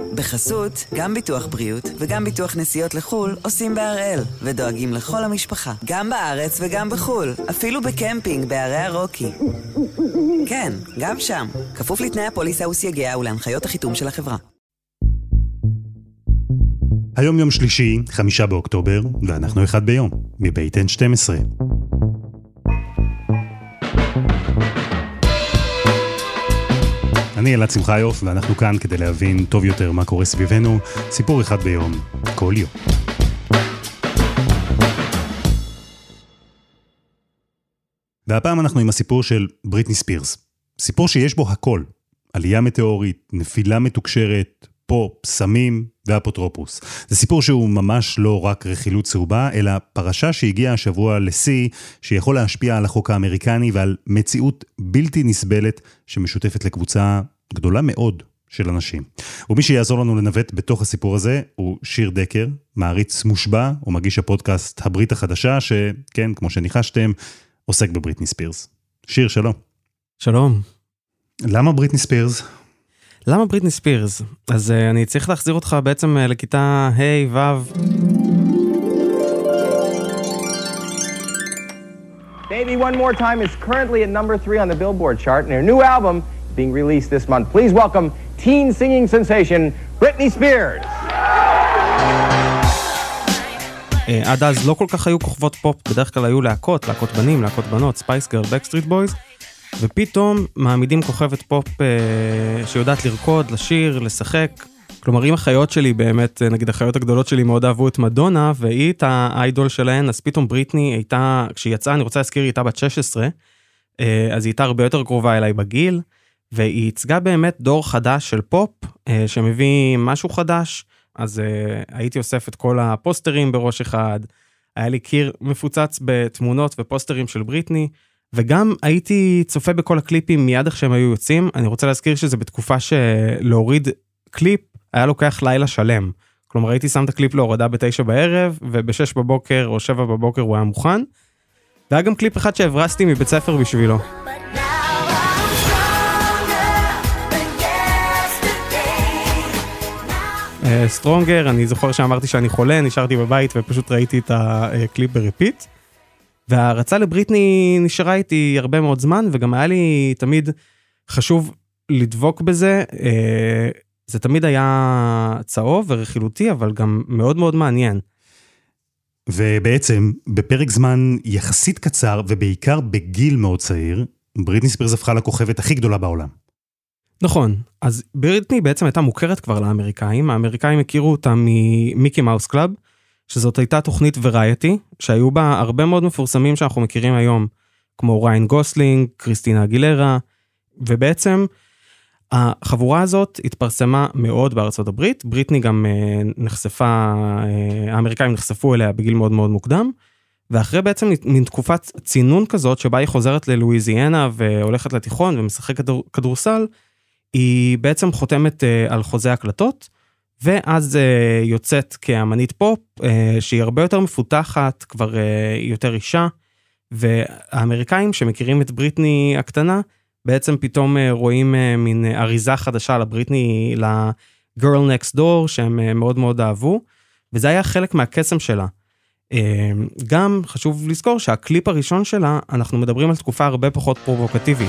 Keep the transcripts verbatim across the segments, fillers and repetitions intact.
בחסות, גם ביטוח בריאות וגם ביטוח נסיעות לחול עושים בהראל, ודואגים לכל המשפחה, גם בארץ וגם בחול, אפילו בקמפינג בערי הרוקי. כן, גם שם, כפוף לתנאי הפוליסה וסייגיה ולהנחיות החיתום של החברה. היום יום שלישי, חמישה באוקטובר, ואנחנו אחד ביום, מבית אן שתים עשרה. אני אלעד שמחיוף, ואנחנו כאן כדי להבין טוב יותר מה קורה סביבנו, סיפור אחד ביום, כל יום. והפעם אנחנו עם הסיפור של בריטני ספירס. סיפור שיש בו הכל, עלייה מטאורית, נפילה מתוקשרת, פופ, סמים ואפוטרופוס. זה סיפור שהוא ממש לא רק רכילות צהובה, אלא פרשה שהגיעה השבוע לשיא, שיכול להשפיע על החוק האמריקני ועל מציאות בלתי נסבלת שמשותפת לקבוצה גדולה מאוד של אנשים. ומי שיעזור לנו לנווט בתוך הסיפור הזה הוא שיר דקר, מעריץ מושבע ומגיש הפודקאסט הברית החדשה, שכן, כמו שניחשתם, עוסק בבריטני ספירס. שיר, שלום. שלום. למה בריטני ספירס? למה בריטני ספירס? אז uh, אני צריך להחזיר אותך בעצם uh, לכיתה ה' ו'. Baby One More Time is currently at number three on the Billboard chart, and her new album is being released this month. Please welcome teen singing sensation Britney Spears. Uh, עד אז לא כל כך היו כוכבות פופ, בדרך כלל היו להקות, להקות בנים, להקות בנות, ספייס גרל, בקסטריט בויז, ופתאום מעמידים כוכבת פופ אה, שיודעת לרקוד, לשיר, לשחק. כלומר, אם החיות שלי באמת, נגיד החיות הגדולות שלי מאוד אהבו את מדונה, והיא את האיידול שלהן, אז פתאום בריטני הייתה, כשהיא יצאה, אני רוצה להזכיר, היא הייתה בת שש עשרה, אה, אז היא הייתה הרבה יותר קרובה אליי בגיל, והיא ייצגה באמת דור חדש של פופ, אה, שמביא משהו חדש, אז אה, הייתי אוסף את כל הפוסטרים בראש אחד, היה לי קיר מפוצץ בתמונות ופוסטרים של בריטני, וגם הייתי צופה בכל הקליפים מיד איך שהם היו יוצאים. אני רוצה להזכיר שזה בתקופה שלהוריד קליפ היה לוקח לילה שלם. כלומר, הייתי שם את הקליפ להורדה בתשע בערב, ובשש בבוקר או שבע בבוקר הוא היה מוכן. והיה גם קליפ אחד שהברסתי מבית ספר בשבילו. סטרונגר, אני זוכר שאמרתי שאני חולה, נשארתי בבית ופשוט ראיתי את הקליפ בריפיט. והרצה לבריטני נשארה איתי הרבה מאוד זמן, וגם היה לי תמיד חשוב לדבוק בזה. זה תמיד היה צהוב ורכילותי, אבל גם מאוד מאוד מעניין. ובעצם, בפרק זמן יחסית קצר, ובעיקר בגיל מאוד צעיר, בריטני ספירס הפכה לכוכבת הכי גדולה בעולם. נכון, אז בריטני בעצם הייתה מוכרת כבר לאמריקאים, האמריקאים הכירו אותה ממיקי מאוס קלאב, שזאת הייתה תוכנית וריאטי, שהיו בה הרבה מאוד מפורסמים שאנחנו מכירים היום, כמו ריין גוסלינג, קריסטינה אגילרה, ובעצם החבורה הזאת התפרסמה מאוד בארצות הברית, בריטני גם נחשפה, האמריקאים נחשפו אליה בגיל מאוד מאוד מוקדם, ואחרי בעצם מן תקופת צינון כזאת, שבה היא חוזרת ללואיזיאנה והולכת לתיכון ומשחקת כדורסל, היא בעצם חותמת על חוזה הקלטות, ואז uh, יוצאת כאמנית פופ, uh, שהיא הרבה יותר מפותחת, כבר uh, יותר אישה, והאמריקאים שמכירים את בריטני הקטנה, בעצם פתאום uh, רואים uh, מין uh, אריזה חדשה לבריטני, ל-Girl Next Door, שהם uh, מאוד מאוד אהבו, וזה היה חלק מהקסם שלה. Uh, גם חשוב לזכור שהקליפ הראשון שלה, אנחנו מדברים על תקופה הרבה פחות פרובוקטיבית.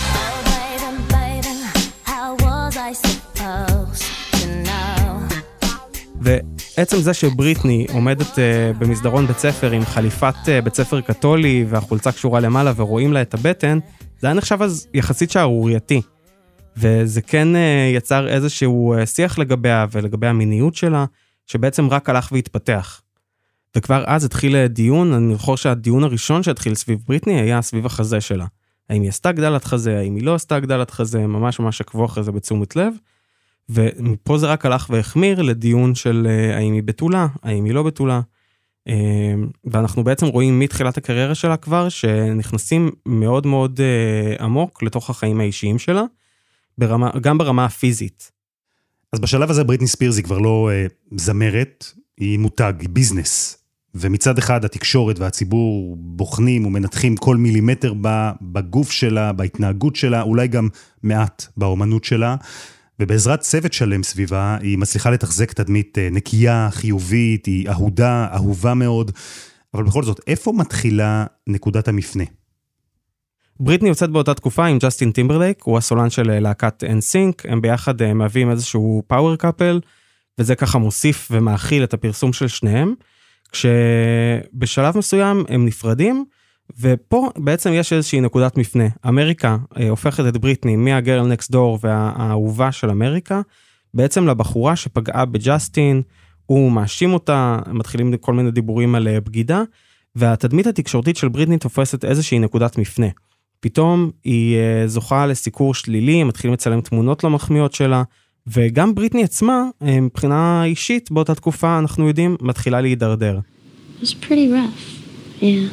ועצם זה שבריטני עומדת uh, במסדרון בית ספר עם חליפת uh, בית ספר קתולי והחולצה קשורה למעלה ורואים לה את הבטן, זה היה נחשב אז יחסית שערורייתי. וזה כן uh, יצר איזשהו uh, שיח לגביה ולגבי המיניות שלה, שבעצם רק הלך והתפתח. וכבר אז התחיל דיון, אני זוכר שהדיון הראשון שהתחיל סביב בריטני היה סביב החזה שלה. האם היא עשתה גדלת חזה, האם היא לא עשתה גדלת חזה, ממש ממש עקבו אחרי זה בתשומת לב. ומפה זה רק הלך והחמיר לדיון של האם היא בתולה, האם היא לא בתולה, ואנחנו בעצם רואים מתחילת הקריירה שלה כבר, שנכנסים מאוד מאוד עמוק לתוך החיים האישיים שלה, ברמה, גם ברמה הפיזית. אז בשלב הזה בריטני ספירס היא כבר לא זמרת, היא מותג, היא ביזנס, ומצד אחד התקשורת והציבור בוחנים ומנתחים כל מילימטר בגוף שלה, בהתנהגות שלה, אולי גם מעט באומנות שלה, ובעזרת צוות שלם סביבה, היא מצליחה לתחזק תדמית נקייה, חיובית, היא אהודה, אהובה מאוד, אבל בכל זאת, איפה מתחילה נקודת המפנה? בריטני יוצאת באותה תקופה עם ג'סטין טימברלייק, הוא הסולן של להקת אן סינק, הם ביחד מהווים איזשהו פאוור קאפל, וזה ככה מוסיף ומאכיל את הפרסום של שניהם, כשבשלב מסוים הם נפרדים, ופה בעצם יש איזושהי נקודת מפנה. אמריקה אה, הופכת את בריטני מהגרל נקסט דור והאהובה של אמריקה, בעצם לבחורה שפגעה בג'סטין, הוא מאשים אותה, מתחילים כל מיני דיבורים על בגידה, והתדמית התקשורתית של בריטני תופסת איזושהי נקודת מפנה. פתאום היא אה, זוכה לסיקור שלילי, מתחילים לצלם תמונות לא מחמיאות שלה, וגם בריטני עצמה, אה, מבחינה אישית, באותה תקופה, אנחנו יודעים, מתחילה להידרדר. It was pretty rough, yeah.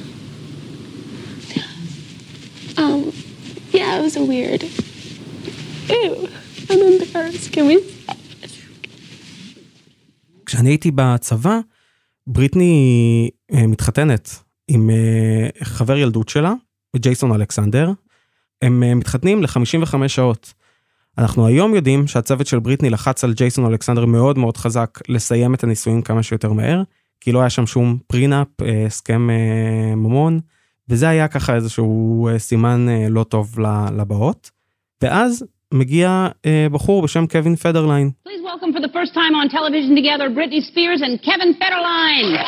Um, yeah, it was a weird. Ew, I'm embarrassed. Can we? כשאני הייתי בצבא, בריטני מתחתנת עם חבר ילדות שלה, ג'ייסון אלכסנדר. הם מתחתנים ל-חמישים וחמש שעות. אנחנו היום יודעים שהצוות של בריטני לחץ על ג'ייסון אלכסנדר מאוד מאוד חזק לסיים את הניסויים כמה שיותר מהר, כי לא היה שם שום פרינאפ, הסכם ממון, וזה היה ככה איזשהו סימן לא טוב לבאות. ואז מגיע בחור בשם קווין פדרליין. Please welcome for the first time on television together Britney Spears and Kevin Federline.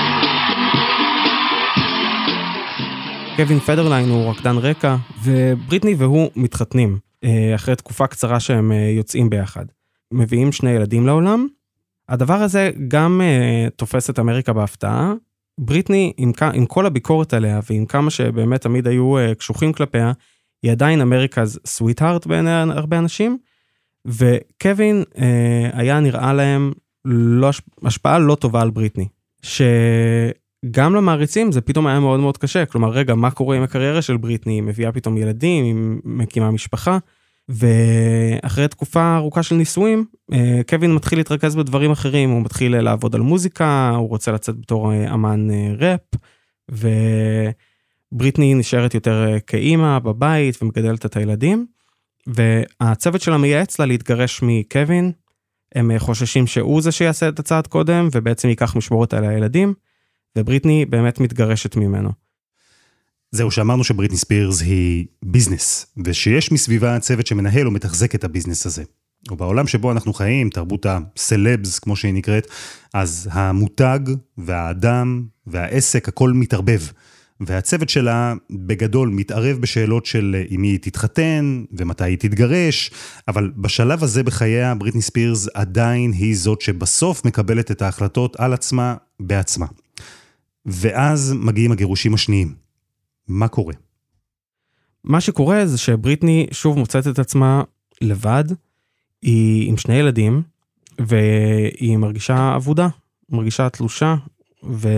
קווין פדרליין הוא רקדן רקע, ובריטני והוא מתחתנים, אחרי תקופה קצרה שהם יוצאים ביחד. מביאים שני ילדים לעולם. הדבר הזה גם תופס את אמריקה בהפתעה. בריטני, עם, עם כל הביקורת עליה, ועם כמה שבאמת תמיד היו קשוחים כלפיה, היא עדיין אמריקה's sweetheart בעיני הרבה אנשים, וקווין אה, היה נראה להם לא, השפעה לא טובה על בריטני, שגם למעריצים זה פתאום היה מאוד מאוד קשה, כלומר רגע, מה קורה עם הקריירה של בריטני, היא מביאה פתאום ילדים, היא מקימה משפחה, ואחרי תקופה ארוכה של ניסויים, אה, קווין מתחיל להתרכז בדברים אחרים, הוא מתחיל לעבוד על מוזיקה, הוא רוצה לצאת בתור אה, אמן אה, ראפ, ו... בריטני נשארת יותר כאימא בבית ומגדלת את הילדים, והצוות שלה מייעץ לה להתגרש מקווין, הם חוששים שהוא זה שיעשה את הצעד קודם, ובעצם ייקח משמורת על הילדים, ובריטני באמת מתגרשת ממנו. זהו, שאמרנו שבריטני ספירס היא ביזנס, ושיש מסביבה צוות שמנהל ומתחזק את הביזנס הזה. ובעולם שבו אנחנו חיים, תרבות הסלבס, כמו שהיא נקראת, אז המותג והאדם והעסק, הכל מתערבב. והצוות שלה בגדול מתערב בשאלות של אם היא תתחתן ומתי היא תתגרש, אבל בשלב הזה בחייה בריטני ספירס עדיין היא זאת שבסוף מקבלת את ההחלטות על עצמה בעצמה. ואז מגיעים הגירושים השניים. מה קורה? מה שקורה זה שבריטני שוב מוצאת את עצמה לבד, היא עם שני ילדים, והיא מרגישה עבודה, מרגישה תלושה, ו...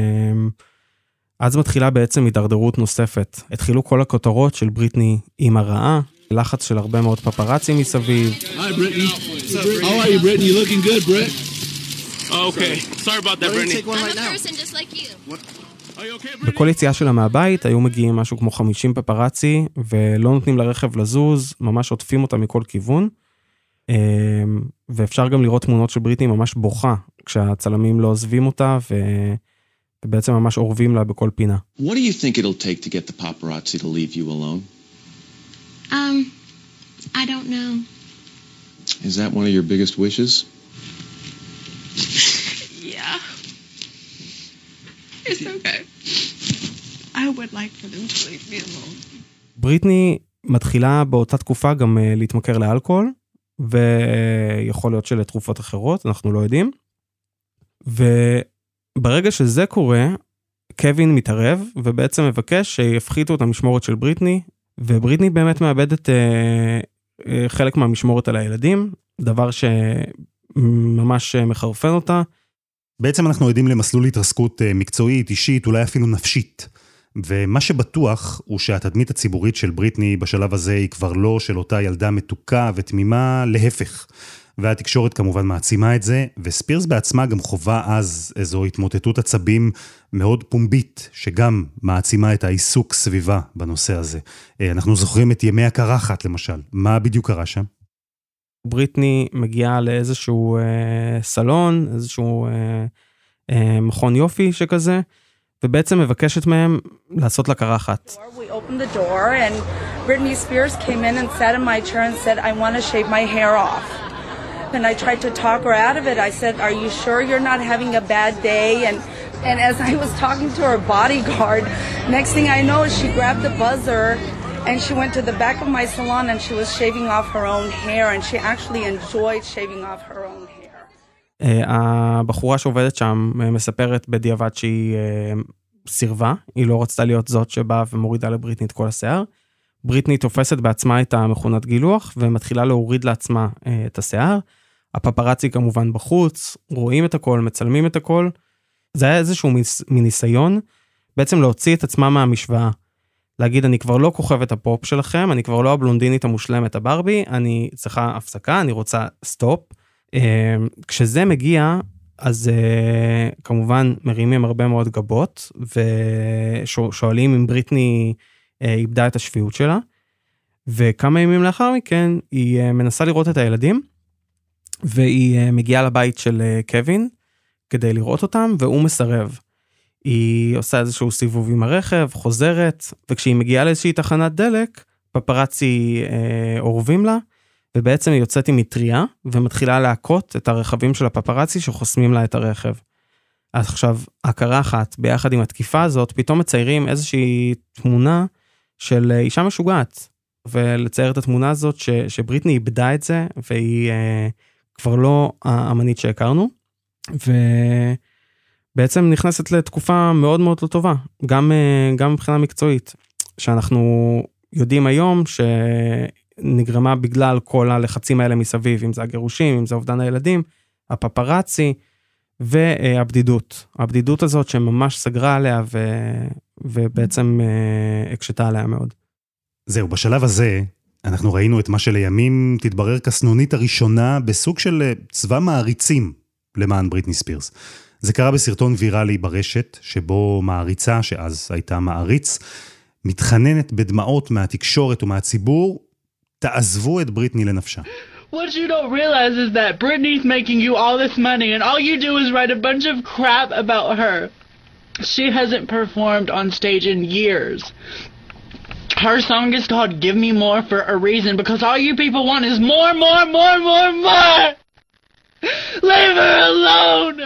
אז מתחילה בעצם הידרדרות נוספת. התחילו כל הכותרות של בריטני עם הרעה, לחץ של הרבה מאוד פפרצים מסביב. Hi Brittany. How are you Brittany? You looking good, Britt? Oh, okay. Sorry about that, Brittany. I'm a person just like you. בכל יציאה שלה מהבית היו מגיעים משהו כמו חמישים פפרצי, ולא נותנים לרכב לזוז, ממש עוטפים אותה מכל כיוון. ואפשר גם לראות תמונות של בריטני ממש בוכה, כשהצלמים לא עוזבים אותה, ו... ובעצם ממש עורבים לה בכל פינה. What do you think it'll take to get the paparazzi to leave you alone? Um, I don't know. Is that one of your biggest wishes? Yeah. It's okay. I would like for them to leave me alone. בריטני מתחילה באותה תקופה גם להתמכר לאלכוהול, ויכול להיות שלתרופות אחרות, אנחנו לא יודעים. ו... ברגע שזה קורה, קווין מתערב, ובעצם מבקש שיפחיתו את המשמורת של בריטני, ובריטני באמת מאבדת אה, אה, חלק מהמשמורת על הילדים, דבר שממש מחרפן אותה. בעצם אנחנו יודעים למסלול התרסקות מקצועית, אישית, אולי אפילו נפשית. ומה שבטוח הוא שהתדמית הציבורית של בריטני בשלב הזה היא כבר לא של אותה ילדה מתוקה ותמימה, להפך. והתקשורת כמובן מעצימה את זה, וספירס בעצמה גם חובה אז איזו התמוטטות עצבים מאוד פומבית, שגם מעצימה את העיסוק סביבה בנושא הזה. אנחנו זוכרים את ימי הקרחת למשל. מה בדיוק קרה שם? בריטני מגיעה לאיזשהו אה, סלון, איזשהו אה, אה, מכון יופי שכזה, ובעצם מבקשת מהם לעשות לה קרחת. We opened the door and Britney Spears came in and sat in my chair and said, I want to shave my hair off. And I tried to talk her out of it. I said, are you sure you're not having a bad day? And and as I was talking to her bodyguard, next thing I know is she grabbed the buzzer and she went to the back of my salon and she was shaving off her own hair and she actually enjoyed shaving off her own hair. הבחורה שעובדת שם מספרת בדיעבד שהיא סירבה, היא לא רצתה להיות זאת שבאה ומורידה לבריטני את כל השיער. בריטני תופסת בעצמה את המכונת גילוח ומתחילה להוריד לעצמה את השיער. הפפרצי כמובן בחוץ, רואים את הכל, מצלמים את הכל. זה היה איזשהו מניסיון בעצם להוציא את עצמה מהמשוואה. להגיד, אני כבר לא כוכבת הפופ שלכם, אני כבר לא הבלונדינית המושלמת הברבי, אני צריכה הפסקה, אני רוצה סטופ. כשזה מגיע, אז כמובן מרימים הרבה מאוד גבות, ושואלים אם בריטני איבדה את השפיות שלה, וכמה ימים לאחר מכן, היא מנסה לראות את הילדים, והיא מגיעה לבית של קווין, כדי לראות אותם, והוא מסרב. היא עושה איזשהו סיבוב עם הרכב, חוזרת, וכשהיא מגיעה לאיזושהי תחנת דלק, פפרצי אה, עורבים לה, ובעצם היא יוצאת עם מטריה, ומתחילה להכות את הרכבים של הפפרצי שחוסמים לה את הרכב. אז עכשיו, הקרחת, ביחד עם התקיפה הזאת, פתאום מציירים איזושהי תמונה של אישה משוגעת, ולצייר את התמונה הזאת ש, שבריטני איבדה את זה, והיא אה, כבר לא האמנית שהכרנו, ו... בעצם נכנסת לתקופה מאוד מאוד לא טובה, גם, גם מבחינה מקצועית, שאנחנו יודעים היום שנגרמה בגלל כל הלחצים האלה מסביב, אם זה הגירושים, אם זה אובדן הילדים, הפפרצי והבדידות. הבדידות הזאת שממש סגרה עליה ו, ובעצם הקשתה עליה מאוד. זהו, בשלב הזה אנחנו ראינו את מה שלימים תתברר כסנונית הראשונה בסוג של צבא מעריצים למען בריטני ספירס. זה קרה בסרטון ויראלי ברשת, שבו מעריצה, שאז הייתה מעריץ, מתחננת בדמעות מהתקשורת ומהציבור, תעזבו את בריטני לנפשה. What you don't realize is that Britney's making you all this money, and all you do is write a bunch of crap about her. She hasn't performed on stage in years. Her song is called Give Me More for a reason, because all you people want is more, more, more, more, more! Leave her alone!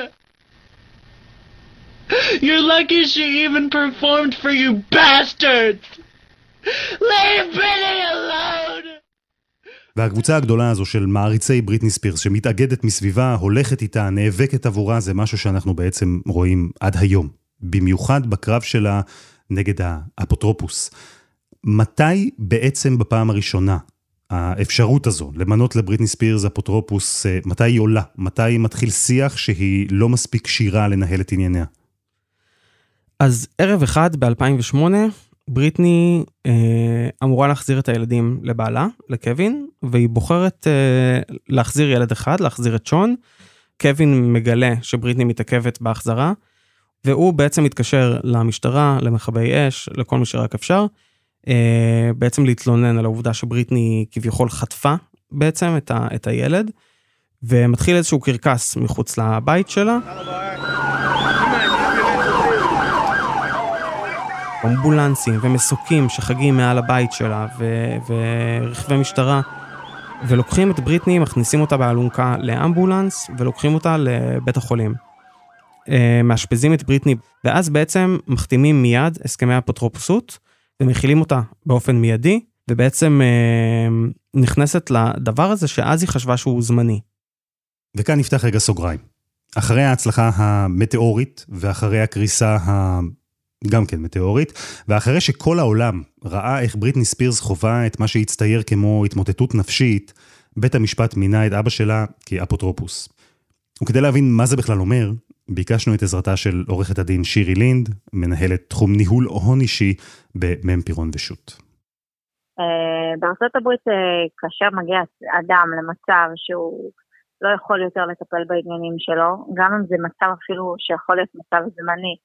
You're lucky she even performed for you bastards! Leave Britney alone! והקבוצה הגדולה הזו של מעריצי בריטני ספירס שמתאגדת מסביבה, הולכת איתה, נאבקת עבורה, זה משהו שאנחנו בעצם רואים עד היום. במיוחד בקרב שלה נגד האפוטרופוס. מתי בעצם בפעם הראשונה האפשרות הזו למנות לבריטני ספירס אפוטרופוס, מתי היא עולה? מתי מתחיל שיח שהיא לא מספיק שירה לנהל את ענייניה? אז ערב אחד ב-אלפיים ושמונה, בריטני אה, אמורה להחזיר את הילדים לבעלה, לקווין, והיא בוחרת אה, להחזיר ילד אחד, להחזיר את שון. קווין מגלה שבריטני מתעכבת בהחזרה, והוא בעצם מתקשר למשטרה, למכבי אש, לכל מי שרק אפשר, אה, בעצם להתלונן על העובדה שבריטני כביכול חטפה בעצם את, ה, את הילד, ומתחיל איזשהו קרקס מחוץ לבית שלה. אמבולנסים ומסוקים שחגים מעל הבית שלה ו- ורכבי משטרה, ולוקחים את בריטני, מכניסים אותה באלונקה לאמבולנס ולוקחים אותה לבית החולים. מאשפזים את בריטני, ואז בעצם מחתימים מיד הסכמי אפוטרופסות ומכילים אותה באופן מיידי, ובעצם נכנסת לדבר הזה שאז היא חשבה שהוא זמני. וכאן נפתח רגע סוגריים. אחרי ההצלחה המטאורית ואחרי הקריסה ה... גם כן מטאורית, ואחרי שכל העולם ראה איך בריטני ספירס חובה את מה שהצטייר כמו התמוטטות נפשית, בית המשפט מינה את אבא שלה כאפוטרופוס. וכדי להבין מה זה בכלל אומר, ביקשנו את עזרתה של עורכת הדין שירי לינד, מנהלת תחום ניהול הון אישי במם פירון ושות. בארצות הברית כאשר מגיע אדם למצב שהוא לא יכול יותר לטפל בעניינים שלו, גם אם זה מצב אפילו שיכול להיות מצב זמני,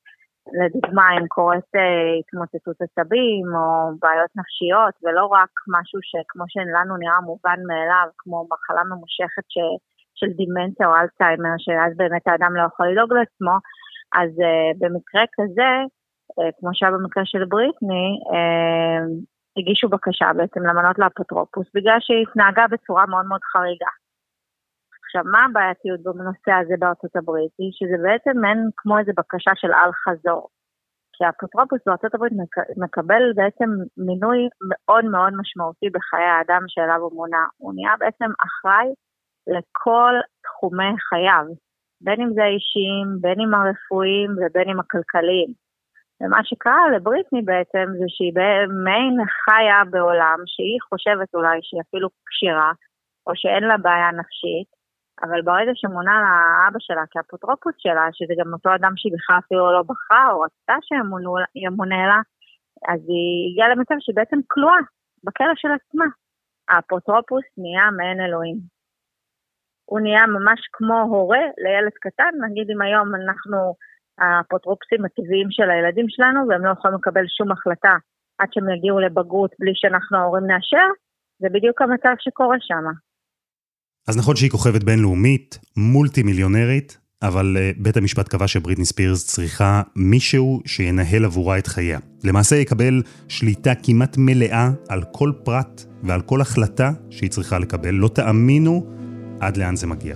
לדוגמה, אם קורית התמוטטות עצבים או בעיות נפשיות, ולא רק משהו שכמו שלנו נראה מובן מאליו, כמו מחלה ממושכת ש, של דימנציה או אלצהיימר, שאז באמת האדם לא יכול לדאוג לעצמו, אז uh, במקרה כזה, uh, כמו שהיה במקרה של בריטני, uh, הגישו בקשה בעצם למנות לאפוטרופוס, בגלל שהיא התנהגה בצורה מאוד מאוד חריגה. עכשיו, מה הבעייתיות בנושא הזה בארצות הברית? היא שזה בעצם אין כמו איזו בקשה של על חזור. כי האפוטרופוס בארצות הברית מקבל בעצם מינוי מאוד מאוד משמעותי בחיי האדם שאליו הוא מונה. הוא נהיה בעצם אחראי לכל תחומי חייו, בין אם זה האישיים, בין אם הרפואיים ובין אם הכלכליים. ומה שקרה לבריטני בעצם זה שהיא במין חיה בעולם שהיא חושבת אולי שהיא אפילו קשירה, או שאין לה בעיה נפשית, אבל ברגע שמונה לאבא שלה כאפוטרופוס שלה, שזה גם אותו אדם שהיא בכלל אפילו לא בחרה, או רצתה שימונה לה, אז היא הגיעה למצב שהיא בעצם כלואה בכלא של עצמה. האפוטרופוס נהיה מעין אלוהים. הוא נהיה ממש כמו הורה לילד קטן, נגיד אם היום אנחנו האפוטרופוסים הטבעיים של הילדים שלנו, והם לא יכולים לקבל שום החלטה עד שהם יגיעו לבגרות בלי שאנחנו ההורים נאשר, זה בדיוק המצב שקורה שם. אז נכון שהיא כוכבת בינלאומית, מולטי מיליונרית, אבל בית המשפט קבע שבריטני ספירס צריכה מישהו שינהל עבורה את חייה. למעשה יקבל שליטה כמעט מלאה על כל פרט ועל כל החלטה שהיא צריכה לקבל. לא תאמינו עד לאן זה מגיע.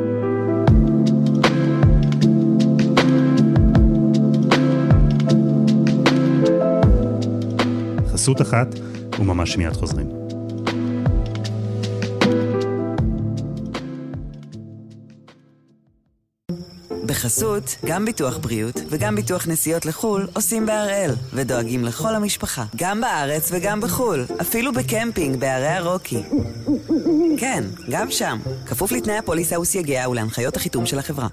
חסות אחת וממש מיד חוזרים. בחסות, גם ביטוח בריאות וגם ביטוח נסיעות לחול עושים בהראל ודואגים לכל המשפחה, גם בארץ וגם בחול, אפילו בקמפינג בערי הרוקי. כן, גם שם, כפוף לתנאי הפוליסה וסייגיה ולהנחיות החיתום של החברה.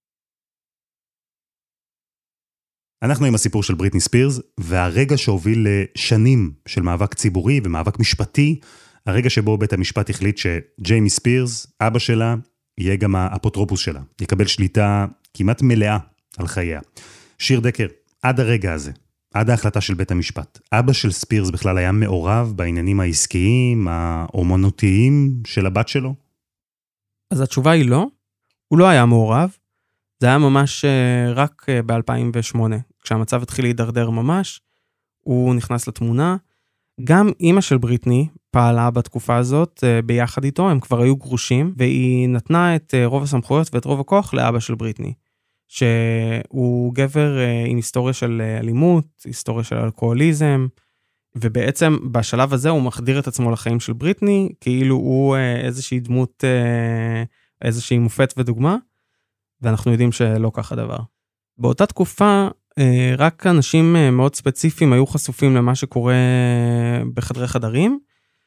אנחנו עם הסיפור של בריטני ספירס, והרגע שהוביל לשנים של מאבק ציבורי ומאבק משפטי, הרגע שבו בית המשפט החליט שג'יימי ספירס, אבא שלה, יהיה גם האפוטרופוס שלה, יקבל שליטה כמעט מלאה על חייה. שיר דקר, עד הרגע הזה, עד ההחלטה של בית המשפט, אבא של ספירס בכלל היה מעורב בעניינים העסקיים, האומנותיים של הבת שלו? אז התשובה היא לא, הוא לא היה מעורב, זה היה ממש רק ב-אלפיים ושמונה, כשהמצב התחיל להידרדר ממש, הוא נכנס לתמונה, גם אמא של בריטני פעלה בתקופה הזאת ביחד איתו, הם כבר היו גרושים, והיא נתנה את רוב הסמכויות ואת רוב הכוח לאבא של בריטני, שהוא גבר עם היסטוריה של אלימות, היסטוריה של אלכוהוליזם, ובעצם בשלב הזה הוא מחדיר את עצמו לחיים של בריטני, כאילו הוא איזושהי דמות, איזושהי מופת ודוגמה, ואנחנו יודעים שלא כך הדבר. באותה תקופה, רק אנשים מאוד ספציפיים היו חשופים למה שקורה בחדרי חדרים,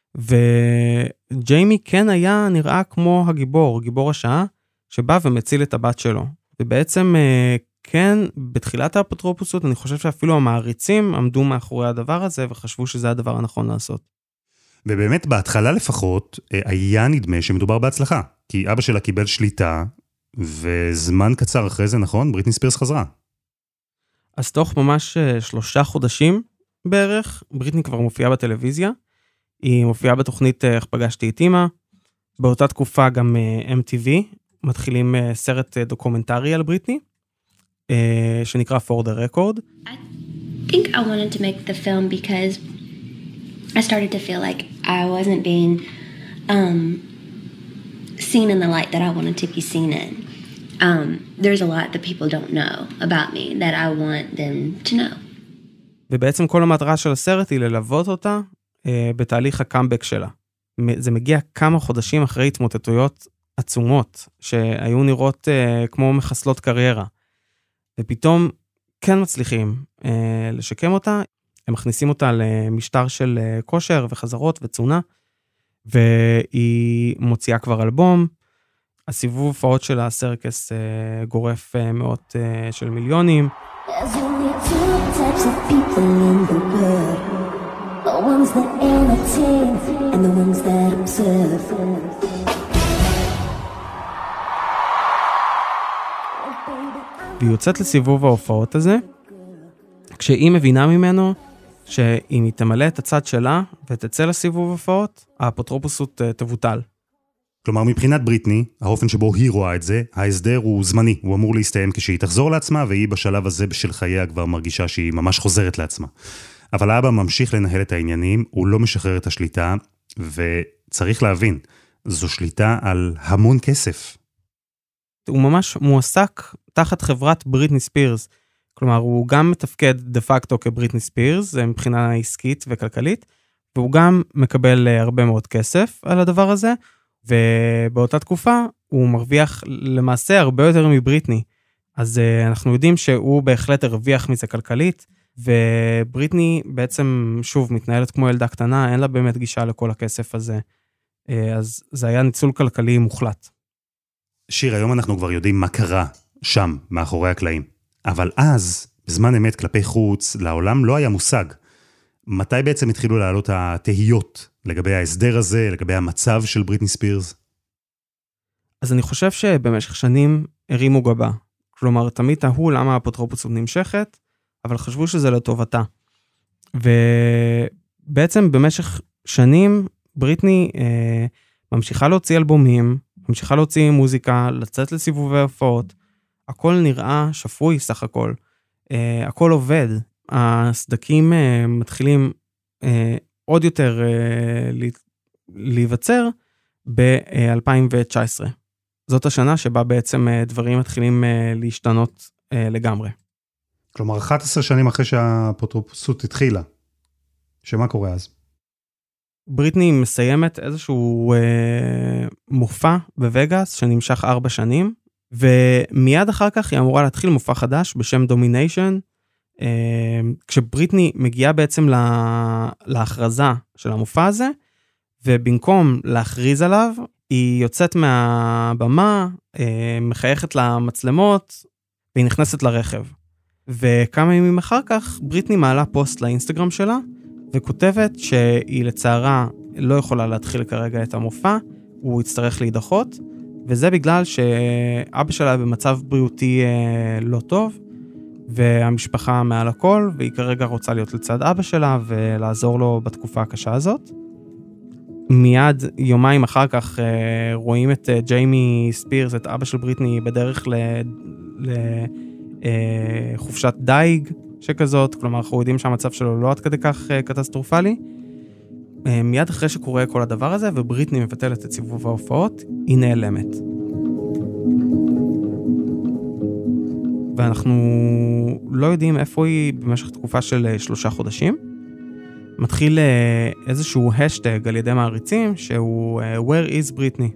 וג'יימי כן היה נראה כמו הגיבור, גיבור השעה, שבא ומציל את הבת שלו. ובעצם כן, בתחילת האפוטרופוסות, אני חושב שאפילו המעריצים עמדו מאחורי הדבר הזה, וחשבו שזה הדבר הנכון לעשות. ובאמת, בהתחלה לפחות, היה נדמה שמדובר בהצלחה, כי אבא שלה קיבל שליטה, וזמן קצר אחרי זה, נכון? בריטני ספירס חזרה. אז תוך ממש שלושה חודשים בערך, בריטני כבר מופיעה בטלוויזיה, היא מופיעה בתוכנית איך פגשתי את אמא, באותה תקופה גם אם טי וי, מתחילים סרט דוקומנטרי על בריטני, שנקרא For the Record. I think I wanted to make the film because I started to feel like I wasn't being um, seen in the light that I wanted to be seen in. Um, there's a lot that people don't know about me that I want them to know. ובעצם כל המטרה של הסרט היא ללוות אותה אה, בתהליך הקאמבק שלה. זה מגיע כמה חודשים אחרי התמוטטויות עצומות, שהיו נראות אה, כמו מחסלות קריירה. ופתאום כן מצליחים אה, לשקם אותה, הם מכניסים אותה למשטר של אה, כושר וחזרות וצונה, והיא מוציאה כבר אלבום, הסיבוב הופעות של הסרקס uh, גורף uh, מאות uh, של מיליונים. There's only two types of people in the world. The ones that entertain and the ones that observe. והיא יוצאת לסיבוב ההופעות הזה, כשהיא מבינה ממנו שאם היא תמלא את הצד שלה ותצא לסיבוב הופעות, האפוטרופוסות תבוטל. כלומר, מבחינת בריטני, האופן שבו היא רואה את זה, ההסדר הוא זמני, הוא אמור להסתיים כשהיא תחזור לעצמה, והיא בשלב הזה בשל חייה כבר מרגישה שהיא ממש חוזרת לעצמה. אבל האבא ממשיך לנהל את העניינים, הוא לא משחרר את השליטה, וצריך להבין, זו שליטה על המון כסף. הוא ממש מועסק תחת חברת בריטני ספירס, כלומר, הוא גם מתפקד דה פקטו כבריטני ספירס, זה מבחינה עסקית וכלכלית, והוא גם מקבל הרבה מאוד כסף על הדבר הזה, ובאותה תקופה הוא מרוויח למעשה הרבה יותר מבריטני. אז אנחנו יודעים שהוא בהחלט הרוויח מזה כלכלית, ובריטני בעצם שוב מתנהלת כמו ילדה קטנה, אין לה באמת גישה לכל הכסף הזה. אז זה היה ניצול כלכלי מוחלט. שיר, היום אנחנו כבר יודעים מה קרה שם, מאחורי הקלעים. אבל אז, בזמן אמת כלפי חוץ, לעולם לא היה מושג. מתי בעצם התחילו לעלות התהיות לגבי ההסדר הזה, לגבי המצב של בריטני ספירס? אז אני חושב שבמשך שנים הרימו גבה. כלומר, תמיד תהו למה האפוטרופוסות נמשכת, אבל חשבו שזה לטובתה. ובעצם במשך שנים, בריטני אה, ממשיכה להוציא אלבומים, ממשיכה להוציא מוזיקה, לצאת לסיבובי הופעות, הכל נראה שפוי סך הכל, אה, הכל עובד, הסדקים אה, מתחילים אה, עוד יותר אה, להיווצר ב-אלפיים תשע עשרה. זאת השנה שבה בעצם אה, דברים מתחילים אה, להשתנות אה, לגמרי. כלומר, אחת עשרה שנים אחרי שהאפוטרופוסות התחילה, שמה קורה אז? בריטני מסיימת איזשהו אה, מופע בווגאס שנמשך ארבע שנים, ומיד אחר כך היא אמורה להתחיל מופע חדש בשם דומיניישן, אה, כשבריטני מגיעה בעצם לה, להכרזה של המופע הזה, ובמקום להכריז עליו, היא יוצאת מהבמה, אה, מחייכת למצלמות, והיא נכנסת לרכב. וכמה ימים אחר כך, בריטני מעלה פוסט לאינסטגרם שלה, וכותבת שהיא לצערה לא יכולה להתחיל כרגע את המופע, הוא יצטרך להידחות, וזה בגלל שאבא שלה במצב בריאותי לא טוב, והמשפחה מעל הכל, והיא כרגע רוצה להיות לצד אבא שלה, ולעזור לו בתקופה הקשה הזאת. מיד יומיים אחר כך רואים את ג'יימי ספירס, את אבא של בריטני, בדרך לחופשת דייג, שכזאת, כלומר, אנחנו יודעים שהמצב שלו לא עד כדי כך קטסטרופלי. מיד אחרי שקורה כל הדבר הזה, ובריטני מבטלת את סיבוב ההופעות, היא נעלמת. ואנחנו לא יודעים איפה היא במשך תקופה של שלושה חודשים. מתחיל איזשהו השטג על ידי מעריצים, שהוא Where is Britney?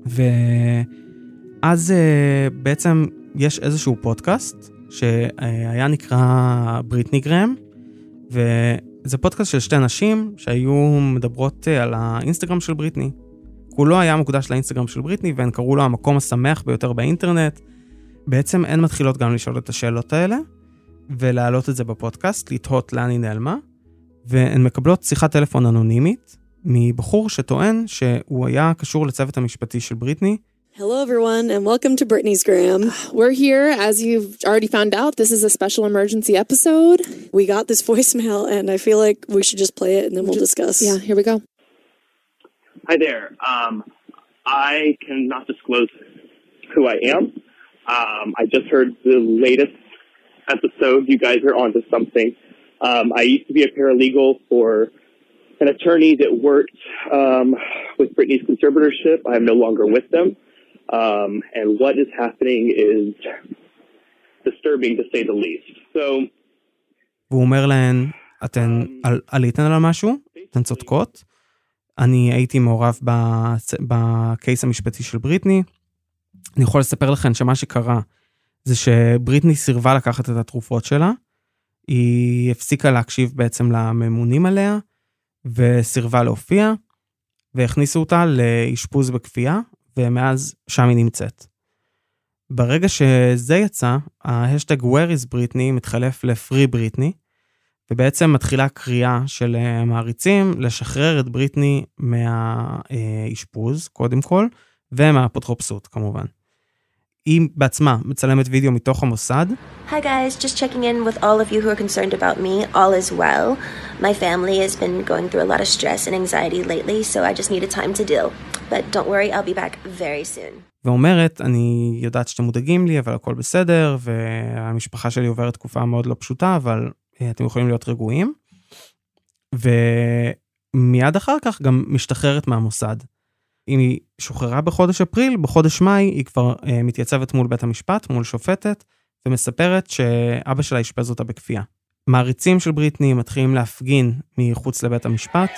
ואז בעצם יש איזשהו פודקאסט, שהיה נקרא בריטני גרם, וזה פודקאסט של שתי נשים שהיו מדברות על האינסטגרם של בריטני. כולו היה מוקדש לאינסטגרם של בריטני, והן קראו לו המקום השמח ביותר באינטרנט. בעצם הן מתחילות גם לשאול את השאלות האלה, ולהעלות את זה בפודקאסט, לתהות לאן היא נעלמה, והן מקבלות שיחת טלפון אנונימית, מבחור שטוען שהוא היה קשור לצוות המשפטי של בריטני. Hello, everyone, and welcome to Britney's Gram. We're here, as you've already found out, this is a special emergency episode. We got this voicemail, and I feel like we should just play it, and then we'll discuss. Yeah, here we go. Hi there. Um, I cannot disclose who I am. Um, I just heard the latest episode. You guys are onto something. Um, I used to be a paralegal for an attorney that worked um, with Britney's conservatorship. I am no longer with them. Um, and what is happening is disturbing to say the least. So, והוא אומר להן, אתן עליתן על משהו? אתן צודקות? אני הייתי מעורב בקייס המשפטי של בריטני. אני יכול לספר לכם שמה שקרה זה שבריטני סירבה לקחת את התרופות שלה. היא הפסיקה להקשיב בעצם לממונים עליה, וסירבה להופיע, והכניסו אותה לאשפוז בכפייה, ומאז שם היא נמצאת. ברגע שזה יצא, ההשטג Where is Britney מתחלף ל-Free Britney, ובעצם מתחילה קריאה של מעריצים לשחרר את בריטני מהאשפוז, קודם כל, ומהאפוטרופסות כמובן. היא בעצמה מצלמת וידאו מתוך המוסד. Hi guys, just checking in with all of you who are concerned about me. All is well. My family has been going through a lot of stress and anxiety lately, so I just needed time to deal. But don't worry, I'll be back very soon. ואומרת, אני יודעת שאתם מודאגים לי, אבל הכל בסדר, והמשפחה שלי עוברת תקופה מאוד לא פשוטה, אבל אתם יכולים להיות רגועים. ומיד אחר כך גם משתחררת מהמוסד. אם היא שוחררה בחודש אפריל, בחודש מאי היא כבר אה, מתייצבת מול בית המשפט, מול שופטת, ומספרת שאבא שלה ישפז אותה בכפייה. מעריצים של בריטני מתחילים להפגין מחוץ לבית המשפט.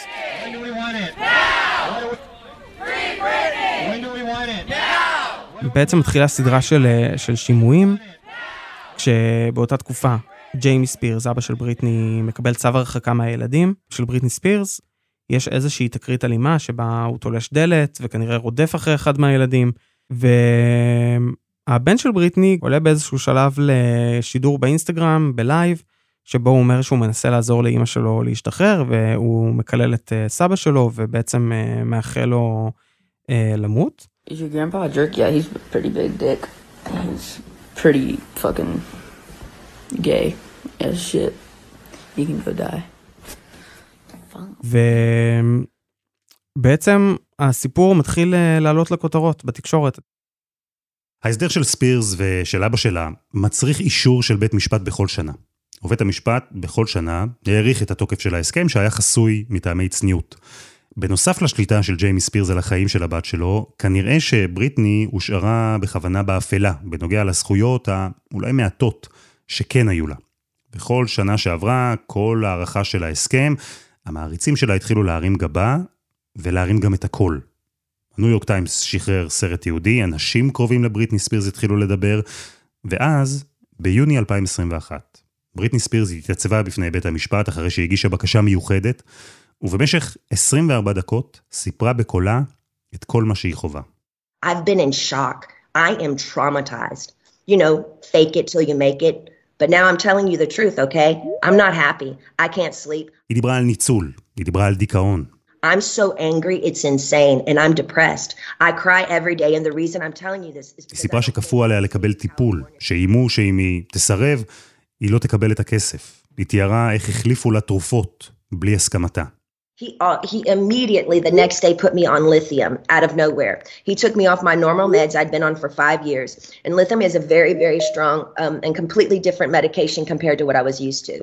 בעצם מתחילה סדרה של, של שימועים, כשבאותה תקופה ג'יימי ספירס, אבא של בריטני, מקבל צו הרחקה מהילדים של בריטני ספירס. יש איזושהי תקרית אלימה שבה הוא תולש דלת, וכנראה רודף אחרי אחד מהילדים, והבן של בריטני עולה באיזשהו שלב לשידור באינסטגרם, בלייב, שבו הוא אומר שהוא מנסה לעזור לאמא שלו להשתחרר, והוא מקלל את סבא שלו, ובעצם מאחל לו למות. Is your grandpa a jerk? Yeah, he's a pretty big dick. He's pretty fucking gay as shit. He can go die. ובעצם הסיפור מתחיל לעלות לכותרות בתקשורת. ההסדר של ספירס ושל אבא שלה מצריך אישור של בית משפט בכל שנה. ובית המשפט בכל שנה העריך את התוקף של ההסכם שהיה חסוי מטעמי צניעות. בנוסף לשליטה של ג'יימי ספירס על החיים של הבת שלו, כנראה שבריטני הושארה בכוונה באפלה, בנוגע לזכויות האולי מעטות שכן היו לה. בכל שנה שעברה, כל הערכה של ההסכם, המעריצים שלה התחילו להרים גבה, ולהרים גם את הכל. הניו יורק טיימס שחרר סרט יהודי, אנשים קרובים לבריטני ספירס התחילו לדבר, ואז, ביוני אלפיים עשרים ואחת, בריטני ספירס התייצבה בפני בית המשפט אחרי שהגישה בקשה מיוחדת, ובמשך עשרים וארבע דקות סיפרה בקולה את כל מה שהיא חובה. I've been in shock. I am traumatized. You know, fake it till you make it. But now I'm telling you the truth, okay? I'm not happy. I can't sleep. היא דיברה על ניצול, היא דיברה על דיכאון. I'm so angry, it's insane, and I'm depressed. I cry every day, and the reason I'm telling you this is... היא סיפרה שכפו עליה לקבל טיפול, שאימו שאם היא תסרב, היא לא תקבל את הכסף. היא תיארה איך החליפו לה תרופות, בלי הסכמתה. He, uh, he immediately, the next day, put me on lithium out of nowhere. He took me off my normal meds I'd been on for five years. And lithium is a very, very strong um, and completely different medication compared to what I was used to.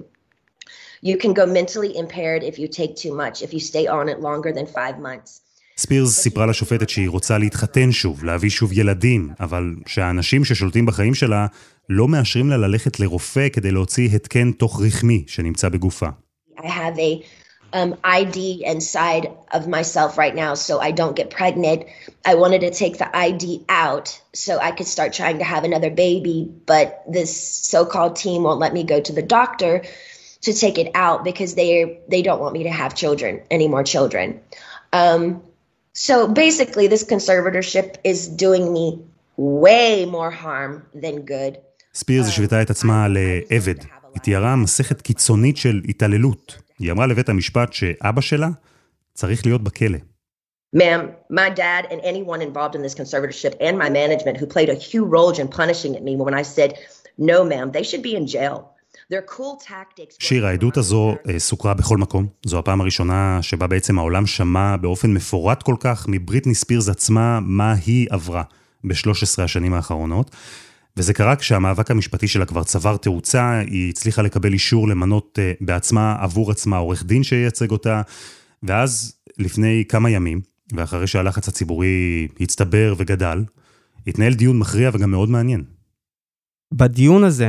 You can go mentally impaired if you take too much, if you stay on it longer than five months. ספירס סיפרה לשופטת שהיא רוצה להתחתן שוב, להביא שוב ילדים, אבל שהאנשים ששולטים בחיים שלה לא מאשרים לה ללכת לרופא כדי להוציא התקן תוך רחמי שנמצא בגופה. I have a Um, I D inside of myself right now so I don't get pregnant. I wanted to take the I D out so I could start trying to have another baby, but this so-called team won't let me go to the doctor to take it out because they they don't want me to have children, any more children. Um, so basically this conservatorship is doing me way more harm than good. ספירס השוותה את עצמה לעבד. היא תיארה מסכת קיצונית של התעללות. היא אמרה לבית המשפט שאבא שלה צריך להיות בכלא. Ma'am, my dad and anyone involved in this conservatorship and my management who played a huge role in punishing me when I said, no ma'am, they should be in jail. Their cool tactics... שיר, העדות הזו סוקרה בכל מקום. זו הפעם הראשונה שבה בעצם העולם שמע באופן מפורט כל כך מבריטני ספירס עצמה מה היא עברה ב-שלוש עשרה השנים האחרונות. וזה קרה כשהמאבק המשפטי שלה כבר צבר תאוצה, היא הצליחה לקבל אישור למנות uh, בעצמה, עבור עצמה, עורך דין שייצג אותה, ואז לפני כמה ימים, ואחרי שהלחץ הציבורי הצטבר וגדל, התנהל דיון מכריע וגם מאוד מעניין. בדיון הזה,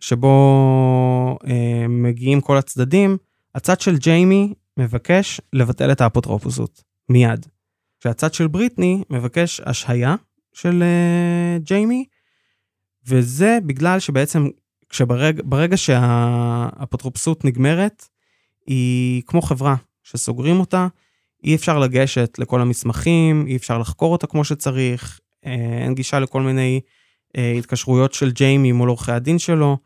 שבו uh, מגיעים כל הצדדים, הצד של ג'יימי מבקש לבטל את האפוטרופוסות, מיד. שהצד של בריטני מבקש השהיה של uh, ג'יימי, וזה בגלל שבעצם כשברגע, ברגע שהאפוטרופסות נגמרת, היא כמו חברה שסוגרים אותה, אי אפשר לגשת לכל המסמכים, אי אפשר לחקור אותה כמו שצריך, אין גישה לכל מיני התקשרויות של ג'יימי מול עורכי הדין שלו,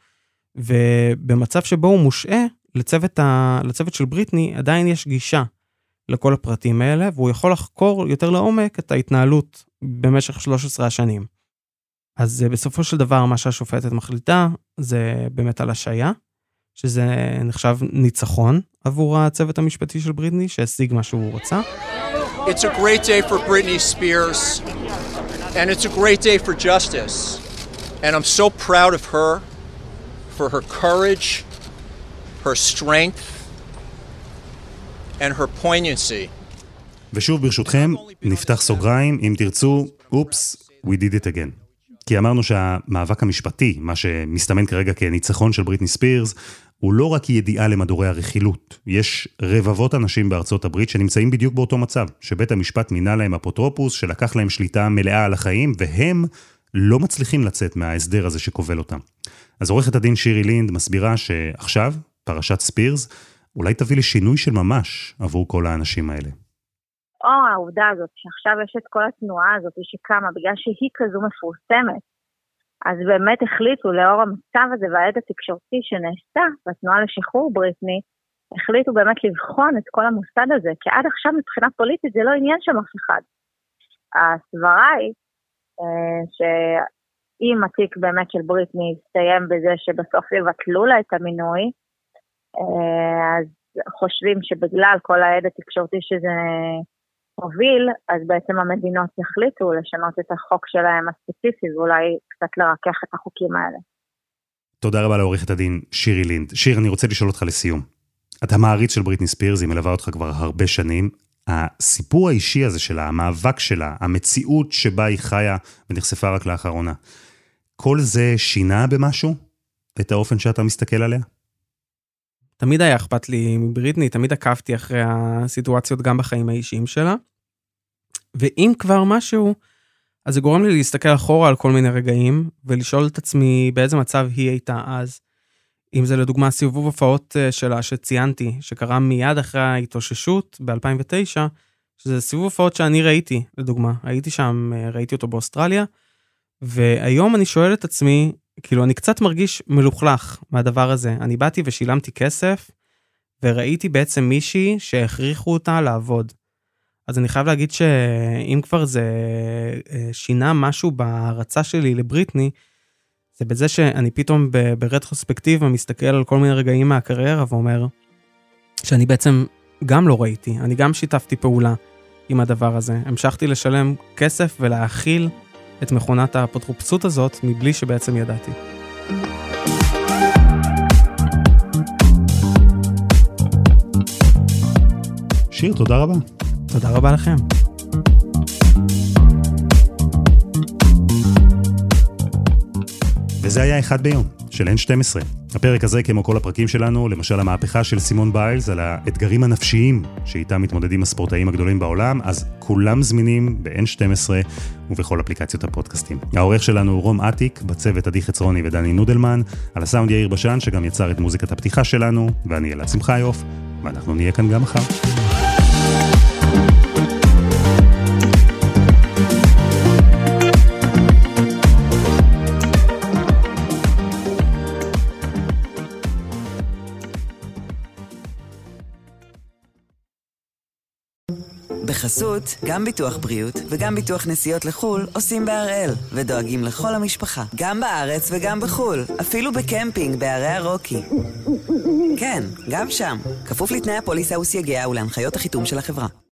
ובמצב שבו הוא מושעה, לצוות, ה, לצוות של בריטני עדיין יש גישה לכל הפרטים האלה, והוא יכול לחקור יותר לעומק את ההתנהלות במשך שלוש עשרה השנים. אז בסופו של דבר, מה שהשופטת מחליטה, זה באמת על השעיה, שזה נחשב ניצחון עבור הצוות המשפטי של בריטני, שהשיג מה שהוא רוצה. It's a great day for Britney Spears, and it's a great day for justice. And I'm so proud of her, for her courage, her strength, and her poignancy. ושוב ברשותכם, נפתח סוגריים, אם תרצו, אופס, we did it again. כי אמרנו שהמאבק המשפטי, מה שמסתמן כרגע כניצחון של בריטני ספירס, הוא לא רק ידיעה למדורי הרכילות. יש רבבות אנשים בארצות הברית שנמצאים בדיוק באותו מצב, שבית המשפט מינה להם אפוטרופוס, שלקח להם שליטה מלאה על החיים, והם לא מצליחים לצאת מההסדר הזה שכובל אותם. אז עורכת הדין שירי לינד מסבירה שעכשיו, פרשת ספירס, אולי תביא לשינוי של ממש עבור כל האנשים האלה. או העובדה הזאת, שעכשיו יש את כל התנועה הזאת שקמה, בגלל שהיא כזו מפורסמת, אז באמת החליטו לאור המצב הזה והעד התקשורתי שנעשה בתנועה לשחרור בריטני, החליטו באמת לבחון את כל המוסד הזה, כי עד עכשיו מבחינה פוליטית זה לא עניין שם אף אחד. הסברה היא שאם התיק באמת של בריטני יסתיים בזה שבסוף יבטלו לה את המינוי, אז חושבים שבגלל כל העד התקשורתי שזה הוביל, אז בעצם המדינות יחליטו לשנות את החוק שלהם הספציפי, ואולי קצת לרכך את החוקים האלה. תודה רבה לעורכת הדין שירי לינד. שיר, אני רוצה לשאול אותך לסיום. אתה מעריץ של בריטני ספירס, היא מלווה אותך כבר הרבה שנים. הסיפור האישי הזה שלה, המאבק שלה, המציאות שבה היא חיה ונחשפה רק לאחרונה, כל זה שינה במשהו? את האופן שאתה מסתכל עליה? תמיד היה אכפת לי מבריטני, תמיד עקבתי אחרי הסיטואציות גם בחיים האישיים שלה, ואם כבר משהו, אז זה גורם לי להסתכל אחורה על כל מיני רגעים, ולשאול את עצמי באיזה מצב היא הייתה אז, אם זה לדוגמה סיבוב הופעות שלה שציינתי, שקרה מיד אחרי ההתאוששות ב-אלפיים ותשע, שזה סיבוב הופעות שאני ראיתי, לדוגמה, הייתי שם, ראיתי אותו באוסטרליה, והיום אני שואל את עצמי, כאילו אני קצת מרגיש מלוכלך מהדבר הזה. אני באתי ושילמתי כסף, וראיתי בעצם מישהי שהכריחו אותה לעבוד. אז אני חייב להגיד שאם כבר זה שינה משהו בהרצה שלי לבריטני, זה בזה שאני פתאום ברטרוספקטיבה מסתכל על כל מיני רגעים מהקריירה, ואומר שאני בעצם גם לא ראיתי, אני גם שיתפתי פעולה עם הדבר הזה. המשכתי לשלם כסף ולהכיל את מכונת האפוטרופסות הזאת, מבלי שבעצם ידעתי. שיר, תודה רבה. תודה רבה לכם. וזה היה אחד ביום, של אן שתים עשרה. הפרק הזה, כמו כל הפרקים שלנו, למשל המהפכה של סימון ביילס על האתגרים הנפשיים שאיתם מתמודדים הספורטאים הגדולים בעולם, אז כולם זמינים ב-אן שתים עשרה ובכל אפליקציות הפודקאסטים. העורך שלנו הוא רום עתיק, בצוות עדי חצרוני ודני נודלמן, על הסאונד יאיר בשן שגם יצר את מוזיקת הפתיחה שלנו, ואני אלעד שמחיוף, ואנחנו נהיה כאן גם מחר. בחסות, גם ביטוח בריאות וגם ביטוח נסיעות לחול עושים בהראל, ודואגים לכל המשפחה, גם בארץ וגם בחול, אפילו בקמפינג בערי הרוקי. כן, גם שם, כפוף לתנאי הפוליסה וסייגיה ולהנחיות החיתום של החברה.